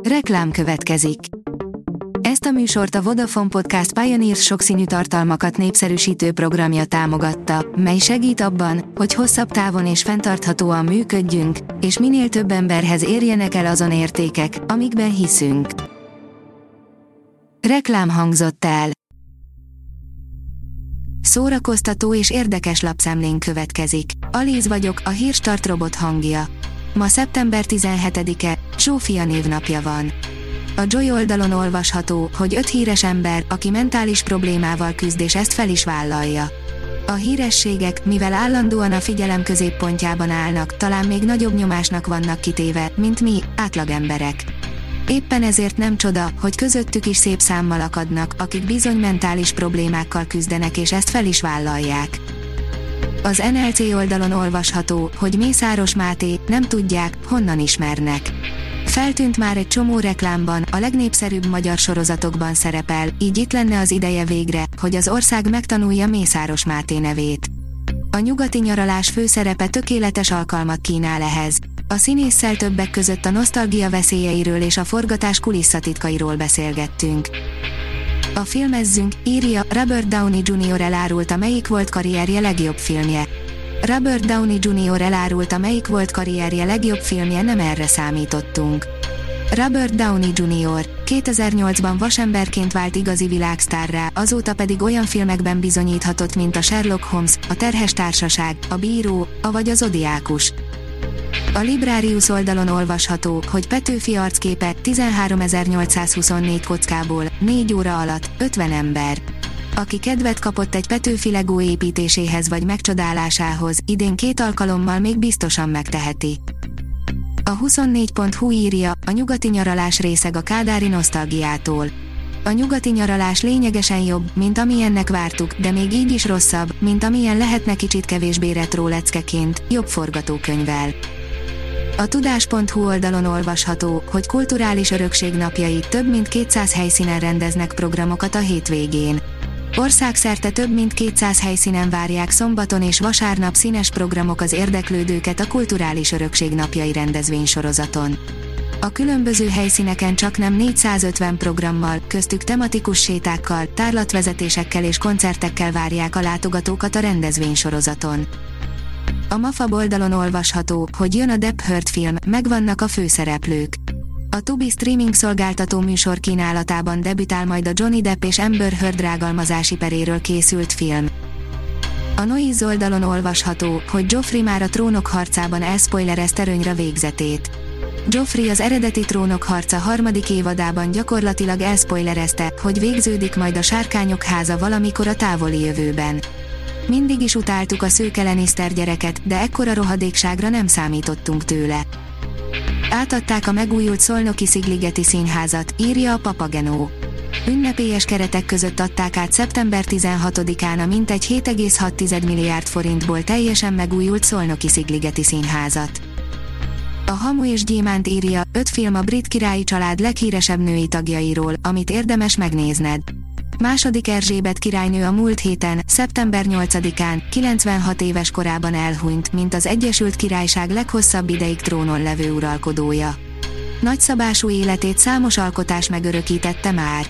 Reklám következik. Ezt a műsort a Vodafone Podcast Pioneers sokszínű tartalmakat népszerűsítő programja támogatta, mely segít abban, hogy hosszabb távon és fenntarthatóan működjünk, és minél több emberhez érjenek el azon értékek, amikben hiszünk. Reklám hangzott el. Szórakoztató és érdekes lapszemlén következik. Alíz vagyok, a Hírstart robot hangja. Ma szeptember 17-e, Zsófia névnapja van. A Joy oldalon olvasható, hogy 5 híres ember, aki mentális problémával küzd és ezt fel is vállalja. A hírességek, mivel állandóan a figyelem középpontjában állnak, talán még nagyobb nyomásnak vannak kitéve, mint mi, átlagemberek. Éppen ezért nem csoda, hogy közöttük is szép számmal akadnak, akik bizony mentális problémákkal küzdenek és ezt fel is vállalják. Az NLC oldalon olvasható, hogy Mészáros Máté, nem tudják, honnan ismernek. Feltűnt már egy csomó reklámban, a legnépszerűbb magyar sorozatokban szerepel, így itt lenne az ideje végre, hogy az ország megtanulja Mészáros Máté nevét. A nyugati nyaralás főszerepe tökéletes alkalmat kínál ehhez. A színésszel többek között a nosztalgia veszélyeiről és a forgatás kulisszatitkairól beszélgettünk. A Filmezzünk írja, Robert Downey Jr. elárulta, melyik volt karrierje legjobb filmje. Robert Downey Jr. elárulta, melyik volt karrierje legjobb filmje, nem erre számítottunk. Robert Downey Jr. 2008-ban vasemberként vált igazi világsztárrá, azóta pedig olyan filmekben bizonyíthatott, mint a Sherlock Holmes, a Terhes társaság, a Bíró, avagy a Zodiákus. A Librarius oldalon olvasható, hogy Petőfi arcképe 13.824 kockából, 4 óra alatt, 50 ember. Aki kedvet kapott egy Petőfi Legó építéséhez vagy megcsodálásához, idén 2 alkalommal még biztosan megteheti. A 24.hu írja, a nyugati nyaralás részeg a kádári nosztalgiától. A nyugati nyaralás lényegesen jobb, mint amilyennek vártuk, de még így is rosszabb, mint amilyen lehetne kicsit kevésbé retro leckeként, jobb forgatókönyvvel. A tudás.hu oldalon olvasható, hogy kulturális örökség napjai, több mint 200 helyszínen rendeznek programokat a hétvégén. Országszerte több mint 200 helyszínen várják szombaton és vasárnap színes programok az érdeklődőket a kulturális örökség napjai rendezvénysorozaton. A különböző helyszíneken csaknem 450 programmal, köztük tematikus sétákkal, tárlatvezetésekkel és koncertekkel várják a látogatókat a rendezvénysorozaton. A MAFA oldalon olvasható, hogy jön a Depp Heard film, megvannak a főszereplők. A Tubi streaming szolgáltató műsor kínálatában debütál majd a Johnny Depp és Amber Heard rágalmazási peréről készült film. A Noise oldalon olvasható, hogy Joffrey már a Trónok harcában elspoilerezte Rönyra végzetét. Joffrey az eredeti Trónok harca 3. évadában gyakorlatilag elspoilerezte, hogy végződik majd a Sárkányok háza valamikor a távoli jövőben. Mindig is utáltuk a szőke Lannister gyereket, de ekkora rohadékságra nem számítottunk tőle. Átadták a megújult szolnoki Szigligeti színházat, írja a Papagenó. Ünnepélyes keretek között adták át szeptember 16-án a mintegy 7,6 milliárd forintból teljesen megújult szolnoki Szigligeti színházat. A Hamu és Gyémánt írja, 5 film a brit királyi család leghíresebb női tagjairól, amit érdemes megnézned. II. Erzsébet királynő a múlt héten, szeptember 8-án, 96 éves korában elhunyt, mint az Egyesült Királyság leghosszabb ideig trónon levő uralkodója. Nagyszabású életét számos alkotás megörökítette már.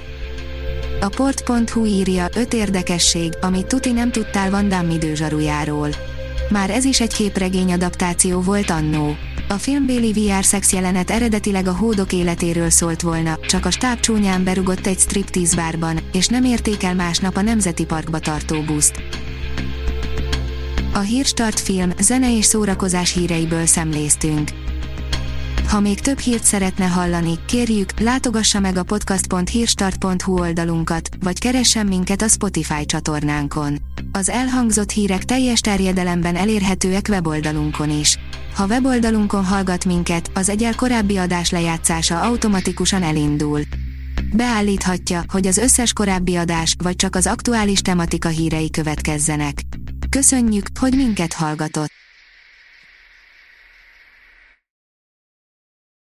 A port.hu írja, 5 érdekesség, amit tuti nem tudtál Van Damme időzsarujáról. Már ez is egy képregény adaptáció volt annó. A filmbéli VR szex jelenet eredetileg a hódok életéről szólt volna, csak a stáb csúnyán berugott egy striptease bárban, és nem érték el másnap a Nemzeti Parkba tartó buszt. A Hírstart film, zene és szórakozás híreiből szemléztünk. Ha még több hírt szeretne hallani, kérjük, látogassa meg a podcast.hírstart.hu oldalunkat, vagy keressen minket a Spotify csatornánkon. Az elhangzott hírek teljes terjedelemben elérhetőek weboldalunkon is. Ha weboldalunkon hallgat minket, az egyel korábbi adás lejátszása automatikusan elindul. Beállíthatja, hogy az összes korábbi adás, vagy csak az aktuális tematika hírei következzenek. Köszönjük, hogy minket hallgatott!